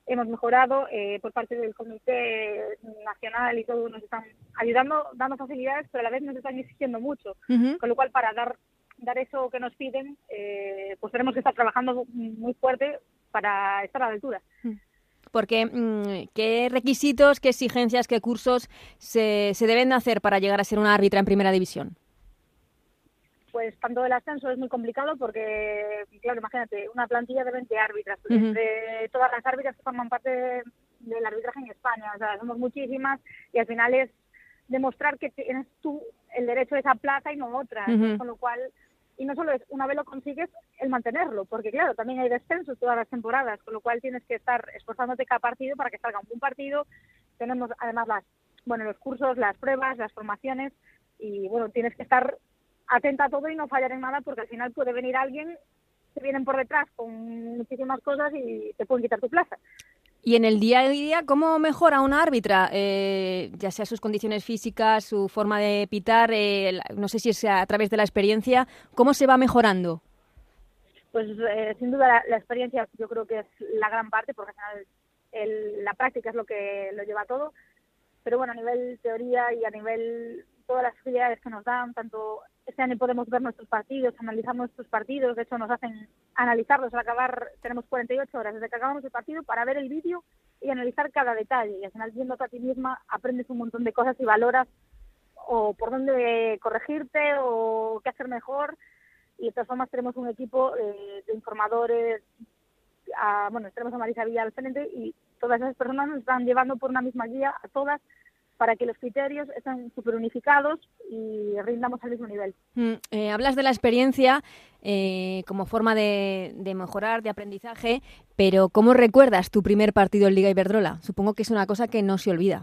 hemos mejorado, por parte del Comité Nacional y todo nos están ayudando, dando facilidades, pero a la vez nos están exigiendo mucho, con lo cual para dar eso que nos piden, pues tenemos que estar trabajando muy fuerte para estar a la altura. Porque, ¿qué requisitos, qué exigencias, qué cursos se deben de hacer para llegar a ser una árbitra en primera división? Pues tanto el ascenso es muy complicado porque, claro, imagínate, una plantilla de 20 árbitras, entre todas las árbitras que forman parte del arbitraje en España, o sea, somos muchísimas y al final es demostrar que tienes tú el derecho a esa plaza y no otra, con lo cual, y no solo es, una vez lo consigues, el mantenerlo, porque claro, también hay descensos todas las temporadas, con lo cual tienes que estar esforzándote cada partido para que salga un buen partido. Tenemos además los cursos, las pruebas, las formaciones y bueno, tienes que estar atenta a todo y no fallar en nada porque al final puede venir alguien, te vienen por detrás con muchísimas cosas y te pueden quitar tu plaza. Y en el día a día, ¿cómo mejora una árbitra? Ya sea sus condiciones físicas, su forma de pitar, no sé si es a través de la experiencia, ¿cómo se va mejorando? Pues sin duda la experiencia yo creo que es la gran parte porque al final la práctica es lo que lo lleva todo, pero bueno, a nivel teoría y a nivel todas las facilidades que nos dan, tanto este año podemos ver nuestros partidos, analizar nuestros partidos, de hecho nos hacen analizarlos al acabar, tenemos 48 horas desde que acabamos el partido para ver el vídeo y analizar cada detalle, y al final viéndote a ti misma aprendes un montón de cosas y valoras o por dónde corregirte o qué hacer mejor, y de todas formas tenemos un equipo de informadores, tenemos a Marisa Villa al frente y todas esas personas nos están llevando por una misma guía a todas para que los criterios estén súper unificados y rindamos al mismo nivel. Hablas de la experiencia como forma de mejorar, de aprendizaje, pero ¿cómo recuerdas tu primer partido en Liga Iberdrola? Supongo que es una cosa que no se olvida.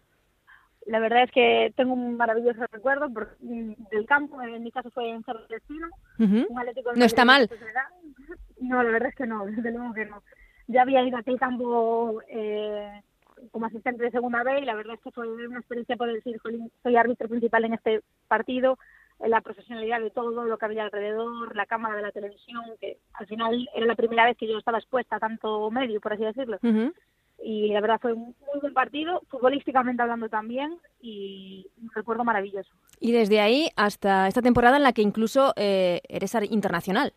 La verdad es que tengo un maravilloso recuerdo del campo, en mi caso fue en Cerro del Espino, un Atlético de Madrid. No está mal. No, la verdad es que no, desde luego que no. Ya había ido a aquel campo como asistente de segunda B y la verdad es que fue una experiencia poder decir, soy árbitro principal en este partido, la profesionalidad de todo lo que había alrededor, la cámara de la televisión, que al final era la primera vez que yo estaba expuesta a tanto medio, por así decirlo. Y la verdad fue un muy buen partido, futbolísticamente hablando también, y un recuerdo maravilloso. Y desde ahí hasta esta temporada en la que incluso eres internacional.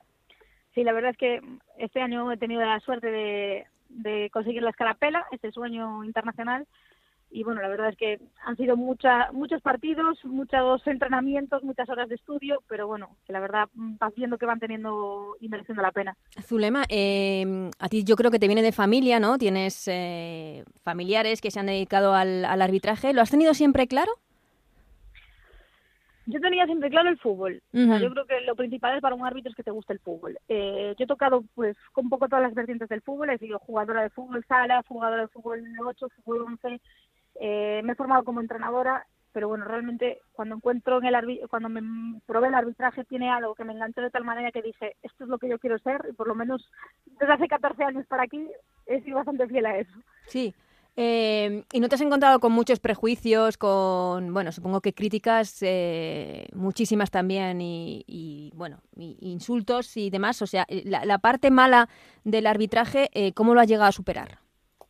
Sí, la verdad es que este año he tenido la suerte de conseguir la escarapela, este sueño internacional, y bueno, la verdad es que han sido muchos partidos, muchos entrenamientos, muchas horas de estudio, pero bueno, que la verdad vas viendo que van teniendo y mereciendo la pena. Zulema, a ti yo creo que te viene de familia, ¿no? Tienes familiares que se han dedicado al arbitraje. ¿Lo has tenido siempre claro? Yo tenía siempre claro el fútbol. O sea, yo creo que lo principal es para un árbitro es que te guste el fútbol. Yo he tocado pues un poco todas las vertientes del fútbol. He sido jugadora de fútbol sala, jugadora de fútbol 8, fútbol 11. Me he formado como entrenadora, pero bueno, realmente cuando cuando me probé el arbitraje tiene algo que me enganchó de tal manera que dije, esto es lo que yo quiero ser, y por lo menos desde hace 14 años para aquí he sido bastante fiel a eso. Sí. ¿Y no te has encontrado con muchos prejuicios, bueno, supongo que críticas, muchísimas también, y insultos y demás? O sea, la parte mala del arbitraje, ¿cómo lo has llegado a superar?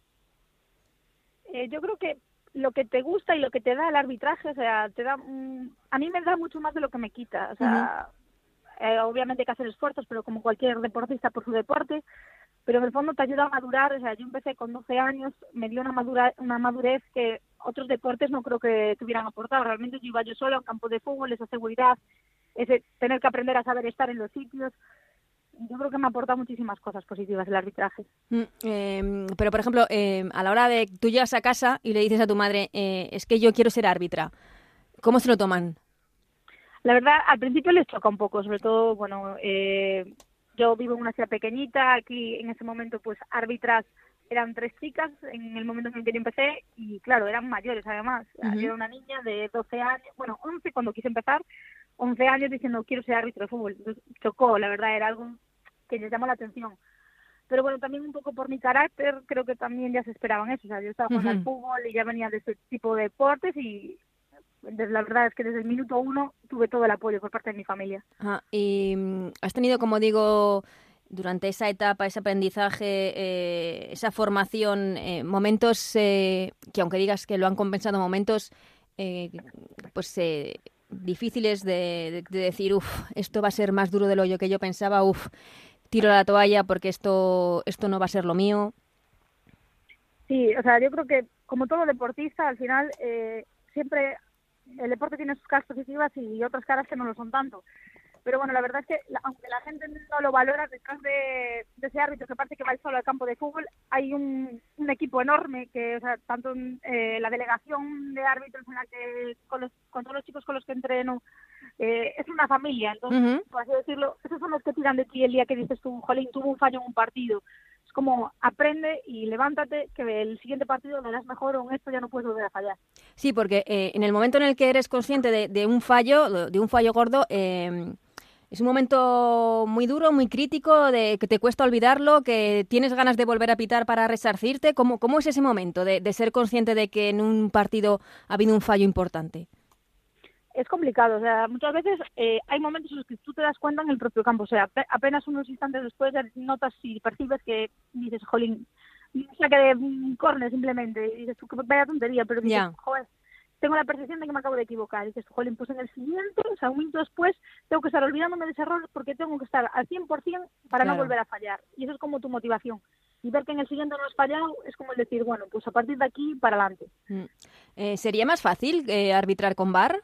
Yo creo que lo que te gusta y lo que te da el arbitraje, o sea, a mí me da mucho más de lo que me quita. O sea, obviamente hay que hacer esfuerzos, pero como cualquier deportista por su deporte, pero en el fondo te ayuda a madurar. O sea, yo empecé con 12 años, me dio una madurez que otros deportes no creo que te hubieran aportado. Realmente yo iba yo sola a un campo de fútbol, esa seguridad, ese tener que aprender a saber estar en los sitios. Yo creo que me ha aportado muchísimas cosas positivas el arbitraje. Pero, por ejemplo, a la hora de tú llegas a casa y le dices a tu madre, es que yo quiero ser árbitra, ¿cómo se lo toman? La verdad, al principio les choca un poco, sobre todo, bueno, yo vivo en una ciudad pequeñita, aquí en ese momento pues árbitras eran 3 chicas en el momento en el que yo empecé y claro, eran mayores además. Yo era una niña de 12 años, bueno, 11 cuando quise empezar, 11 años diciendo quiero ser árbitro de fútbol. Entonces chocó, la verdad, era algo que les llamó la atención. Pero bueno, también un poco por mi carácter, creo que también ya se esperaban eso. O sea, yo estaba jugando al fútbol y ya venía de ese tipo de deportes y la verdad es que desde el minuto 1 tuve todo el apoyo por parte de mi familia. Y has tenido, como digo, durante esa etapa, ese aprendizaje, esa formación, momentos que aunque digas que lo han compensado, momentos difíciles de decir, esto va a ser más duro de lo que yo pensaba, tiro la toalla porque esto no va a ser lo mío? Sí, o sea, yo creo que como todo deportista, al final siempre el deporte tiene sus caras positivas y otras caras que no lo son tanto. Pero bueno, la verdad es que aunque la gente no lo valora, detrás de ese árbitro que parece que va solo al campo de fútbol, hay un equipo enorme que, o sea, tanto la delegación de árbitros en la que con todos los chicos con los que entreno, es una familia. Entonces, por así decirlo, esos son los que tiran de ti el día que dices tú, jolín, tuvo un fallo en un partido. Es como, aprende y levántate, que el siguiente partido lo harás mejor o en esto ya no puedes volver a fallar. Sí, porque en el momento en el que eres consciente de un fallo gordo, es un momento muy duro, muy crítico, de que te cuesta olvidarlo, que tienes ganas de volver a pitar para resarcirte. ¿Cómo es ese momento de ser consciente de que en un partido ha habido un fallo importante? Es complicado, o sea, muchas veces hay momentos en los que tú te das cuenta en el propio campo, o sea, apenas unos instantes después ya notas y percibes que dices, jolín, saque de córner simplemente, y dices tú, que vaya tontería, pero dices, joder, tengo la percepción de que me acabo de equivocar, y dices, jolín, pues en el siguiente, o sea, un minuto después, tengo que estar olvidándome de ese error porque tengo que estar al 100% para no volver a fallar, y eso es como tu motivación. Y ver que en el siguiente no has fallado es como el decir, bueno, pues a partir de aquí para adelante. ¿Sería más fácil arbitrar con VAR?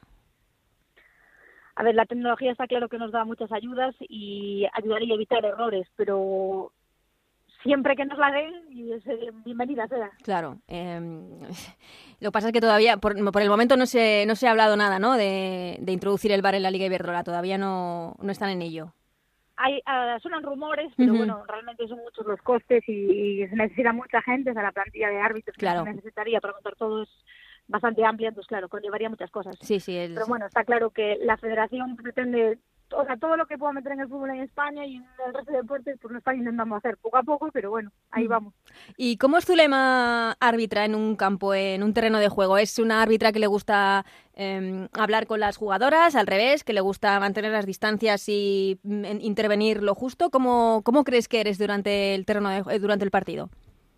A ver, la tecnología está claro que nos da muchas ayudas y ayudaría a evitar errores, pero siempre que nos la den, bienvenida sea. Claro. Lo que pasa es que todavía, por el momento, no se ha hablado nada, ¿no? De introducir el VAR en la Liga Iberdrola. Todavía no están en ello. Suenan rumores, pero bueno, realmente son muchos los costes y se necesita mucha gente, o sea, la plantilla de árbitros que se necesitaría para montar todo es bastante amplia, entonces claro, conllevaría muchas cosas. Sí. Pero bueno, está claro que la federación pretende, o sea, todo lo que pueda meter en el fútbol en España y en el resto de deportes, pues lo están intentando hacer poco a poco, pero bueno, ahí vamos. ¿Y cómo es Zulema árbitra en un campo, en un terreno de juego? ¿Es una árbitra que le gusta hablar con las jugadoras, al revés, que le gusta mantener las distancias y intervenir lo justo? ¿Cómo crees que eres durante el durante el partido?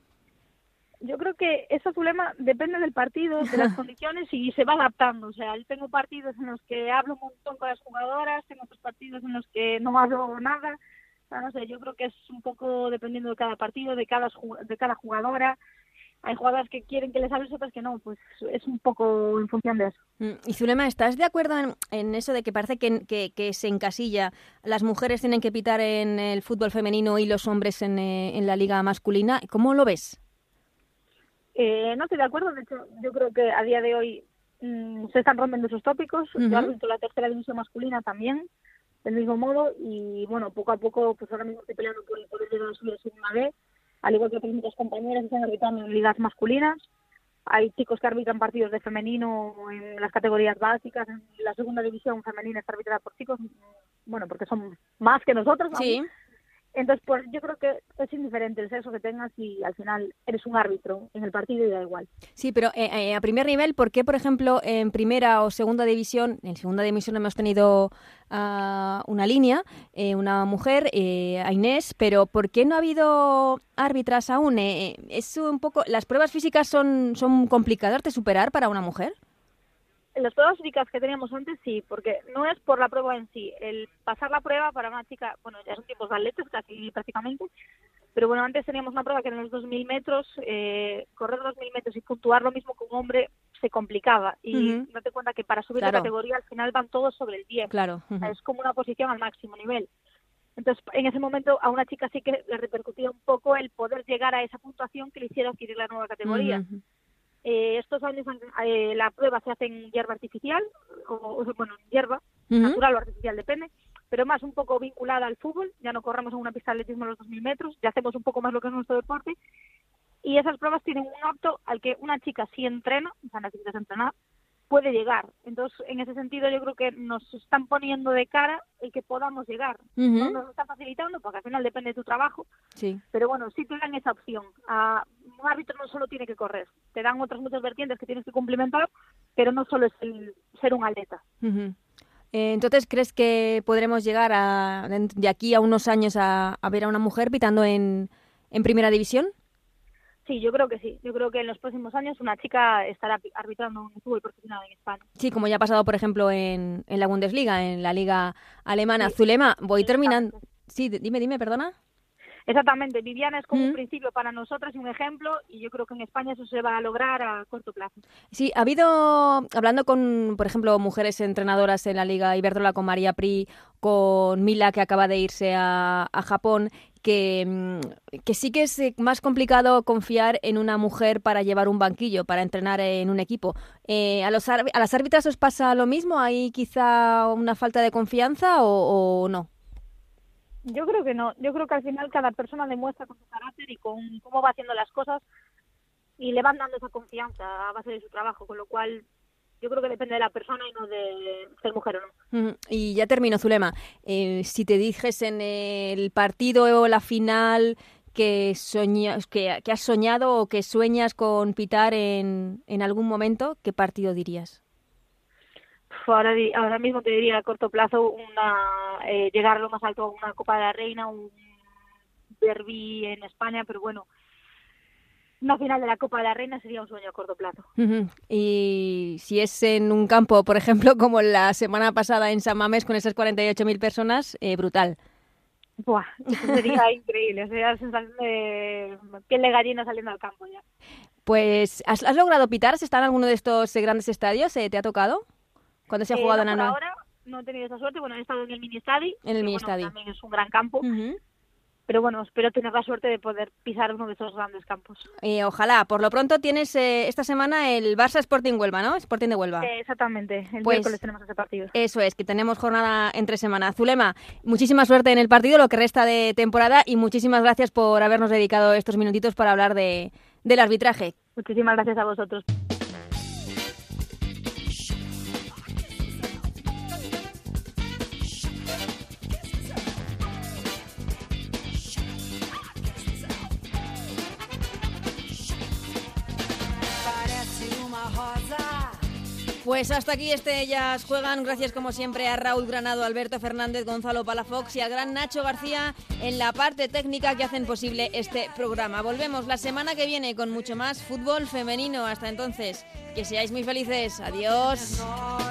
Yo creo que eso, Zulema, depende del partido, de las condiciones y se va adaptando. O sea, yo tengo partidos en los que hablo un montón con las jugadoras, tengo otros partidos en los que no hablo nada. O sea, no sé, yo creo que es un poco dependiendo de cada partido, de cada jugadora. Hay jugadoras que quieren que les hables, otras que no, pues es un poco en función de eso. Y Zulema, ¿estás de acuerdo en eso de que parece que se encasilla, las mujeres tienen que pitar en el fútbol femenino y los hombres en la liga masculina? ¿Cómo lo ves? No estoy de acuerdo, de hecho yo creo que a día de hoy se están rompiendo esos tópicos. Yo arbitro la tercera división masculina también, del mismo modo, y bueno, poco a poco, pues ahora mismo estoy peleando por poder llegar a subir a segunda B, al igual que otras muchas compañeras que están arbitrando en ligas masculinas. Hay chicos que arbitran partidos de femenino en las categorías básicas, en la segunda división femenina está arbitrada por chicos, bueno, porque son más que nosotros, ¿no? Sí. Entonces, pues yo creo que es indiferente el sexo que tengas y al final eres un árbitro en el partido y da igual. Sí, pero a primer nivel, ¿por qué, por ejemplo, en primera o segunda división, en segunda división hemos tenido una línea, una mujer, a Inés, pero ¿por qué no ha habido árbitras aún? Es un poco, ¿las pruebas físicas son complicadas de superar para una mujer? Las pruebas físicas que teníamos antes sí, porque no es por la prueba en sí. El pasar la prueba para una chica, bueno, ya son tiempos de atletas casi prácticamente, pero bueno, antes teníamos una prueba que en los 2.000 metros, correr 2.000 metros y puntuar lo mismo que un hombre se complicaba. Y date cuenta que para subir de categoría al final van todos sobre el 10. Claro. Es como una posición al máximo nivel. Entonces, en ese momento a una chica sí que le repercutía un poco el poder llegar a esa puntuación que le hiciera adquirir la nueva categoría. Estos años la prueba se hace en hierba artificial, en hierba, natural o artificial, depende, pero más un poco vinculada al fútbol. Ya no corremos en una pista de atletismo a los 2.000 metros, ya hacemos un poco más lo que es nuestro deporte. Y esas pruebas tienen un apto al que una chica si entrena, o sea, necesitas entrenar, puede llegar. Entonces, en ese sentido, yo creo que nos están poniendo de cara el que podamos llegar. No nos lo están facilitando, porque al final depende de tu trabajo. Sí. Pero bueno, sí te dan esa opción. Un árbitro no solo tiene que correr, te dan otras muchas vertientes que tienes que cumplimentar, pero no solo es el ser un atleta. Entonces, ¿crees que podremos llegar de aquí a unos años a ver a una mujer pitando en Primera División? Sí, yo creo que sí. Yo creo que en los próximos años una chica estará arbitrando un fútbol profesional en España. Sí, como ya ha pasado, por ejemplo, en la Bundesliga, en la liga alemana. Sí. Zulema, voy terminando. Sí, dime, perdona. Exactamente, Viviana es como un principio para nosotras y un ejemplo, y yo creo que en España eso se va a lograr a corto plazo. Sí, ha habido, hablando con, por ejemplo, mujeres entrenadoras en la Liga Iberdrola, con María Pri, con Mila, que acaba de irse a Japón, que sí que es más complicado confiar en una mujer para llevar un banquillo, para entrenar en un equipo. ¿A las árbitras os pasa lo mismo? ¿Hay quizá una falta de confianza o no? Yo creo que no. Yo creo que al final cada persona demuestra con su carácter y con cómo va haciendo las cosas y le van dando esa confianza a base de su trabajo, con lo cual yo creo que depende de la persona y no de ser mujer o no. Y ya termino, Zulema. Si te dijesen el partido o la final que has soñado o que sueñas con pitar en algún momento, ¿qué partido dirías? Ahora mismo te diría a corto plazo llegar lo más alto a una Copa de la Reina, un derbi en España, pero bueno, una final de la Copa de la Reina sería un sueño a corto plazo. Y si es en un campo, por ejemplo, como la semana pasada en San Mamés con esas 48.000 personas, brutal. Buah, eso sería increíble, sería la sensación de piel de gallina saliendo al campo ya. Pues, ¿has logrado pitar? ¿Has estado en alguno de estos grandes estadios? ¿Te ha tocado? ¿Cuándo se ha jugado en Anoeta? Ahora no he tenido esa suerte. Bueno, he estado en el Mini-Estadi. En el Mini-Estadi. Bueno, también es un gran campo. Pero bueno, espero tener la suerte de poder pisar uno de esos grandes campos. Ojalá. Por lo pronto tienes esta semana el Barça Sporting Huelva, ¿no? Sporting de Huelva. Exactamente. El miércoles tenemos ese partido. Eso es, que tenemos jornada entre semana. Zulema, muchísima suerte en el partido, lo que resta de temporada, y muchísimas gracias por habernos dedicado estos minutitos para hablar del arbitraje. Muchísimas gracias a vosotros. Pues hasta aquí Ellas Juegan. Gracias como siempre a Raúl Granado, Alberto Fernández, Gonzalo Palafox y al gran Nacho García en la parte técnica que hacen posible este programa. Volvemos la semana que viene con mucho más fútbol femenino. Hasta entonces, que seáis muy felices. Adiós.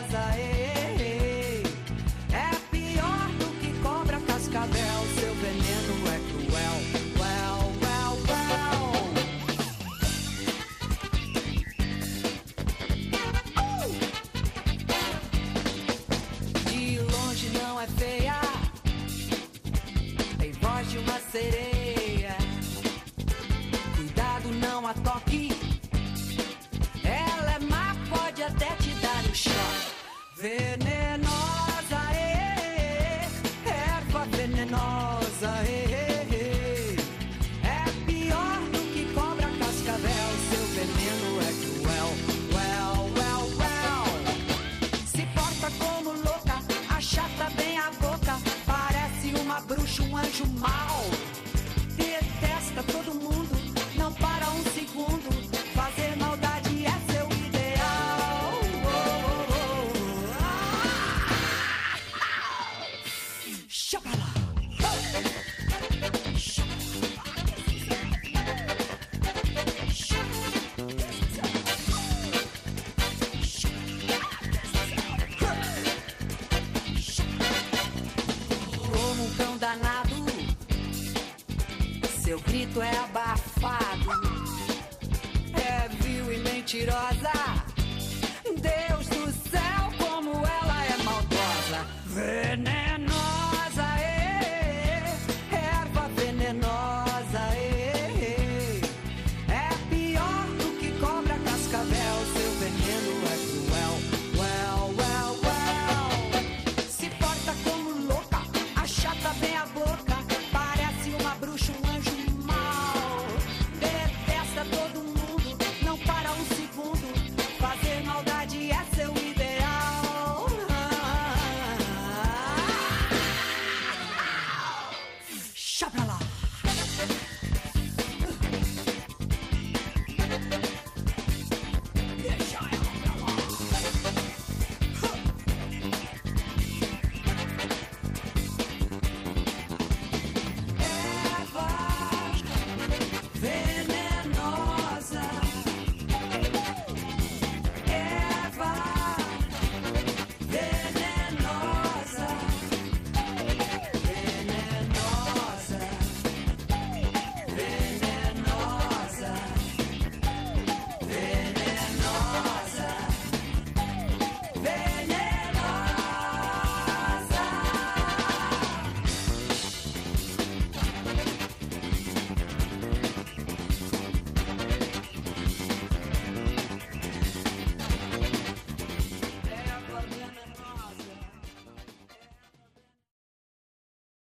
Sereia, cuidado, não a toque. Ela é má, pode até te dar um choque. Venenosa, erva venenosa, é pior do que cobra cascavel. Seu veneno é cruel, se porta como louca, achata bem a boca, parece uma bruxa, um anjo mau. Detesta todo mundo, não para um segundo. Fazer maldade é seu ideal. Deixa pra lá. Como um cão danado, seu grito é abafado, é vil e mentirosa.